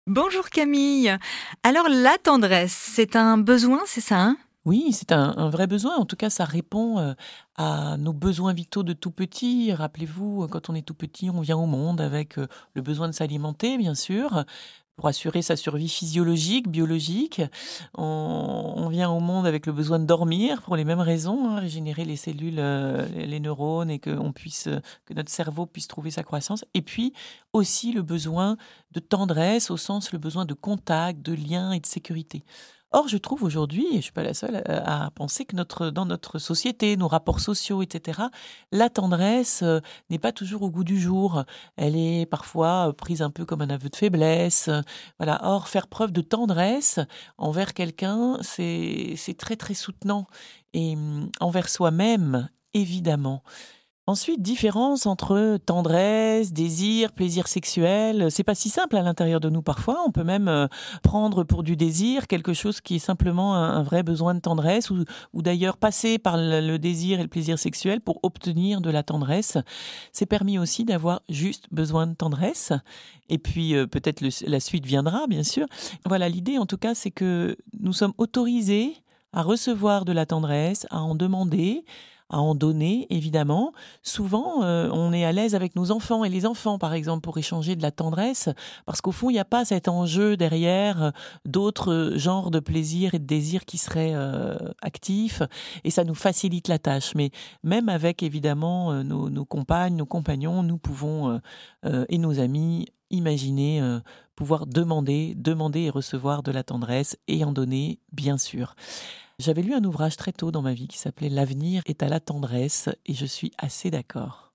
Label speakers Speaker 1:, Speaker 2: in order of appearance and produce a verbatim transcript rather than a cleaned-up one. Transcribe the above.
Speaker 1: Bonjour Camille. Alors la tendresse, c'est un besoin, c'est ça, hein?
Speaker 2: Oui, c'est un un vrai besoin. En tout cas, ça répond, heu, à nos besoins vitaux de tout petit. Rappelez-vous, heu, quand on est tout petit, on vient au monde avec, heu, le besoin de s'alimenter, bien sûr, pour assurer sa survie physiologique, biologique. On on vient au monde avec le besoin de dormir pour les mêmes raisons, hein, régénérer les cellules, heu, les les neurones et qu'on puisse, heu, que notre cerveau puisse trouver sa croissance et puis aussi le besoin de tendresse, au sens le besoin de contact, de lien et de sécurité. Or, je trouve aujourd'hui, et je suis pas la seule, heu, à penser que notre dans notre société, nos rapports sociaux et cetera, la tendresse, heu, n'est pas toujours au goût du jour. Elle est parfois, heu, prise un peu comme un aveu de faiblesse, heu, voilà. Or, faire preuve de tendresse envers quelqu'un, c'est c'est très, très soutenant et mmh, envers soi-même, évidemment. Ensuite, différence entre tendresse, désir, plaisir sexuel. C'est pas si simple à l'intérieur de nous parfois. On peut même euh, prendre pour du désir quelque chose qui est simplement un, un vrai besoin de tendresse ou, ou d'ailleurs passer par le, le désir et le plaisir sexuel pour obtenir de la tendresse. C'est permis aussi d'avoir juste besoin de tendresse. Et puis euh, peut-être le- la suite viendra, bien sûr. Voilà, l'idée en tout cas, c'est que nous sommes autorisés à recevoir de la tendresse, à en demander, à en donner, évidemment. Souvent, heu, on est à l'aise avec nos enfants et les enfants, par exemple, pour échanger de la tendresse, parce qu'au fond, il y a pas cet enjeu derrière, heu, d'autres, heu, genres de plaisirs et de désirs qui seraient, heu, actifs et ça nous facilite la tâche. Mais même avec évidemment, heu, nos nos compagnes, nos compagnons, nous pouvons, heu heu et nos amis, imaginer, heu, pouvoir demander demander et recevoir de la tendresse et en donner, bien sûr. J'avais lu un ouvrage très tôt dans ma vie qui s'appelait «L'avenir est à la tendresse» et je suis assez d'accord.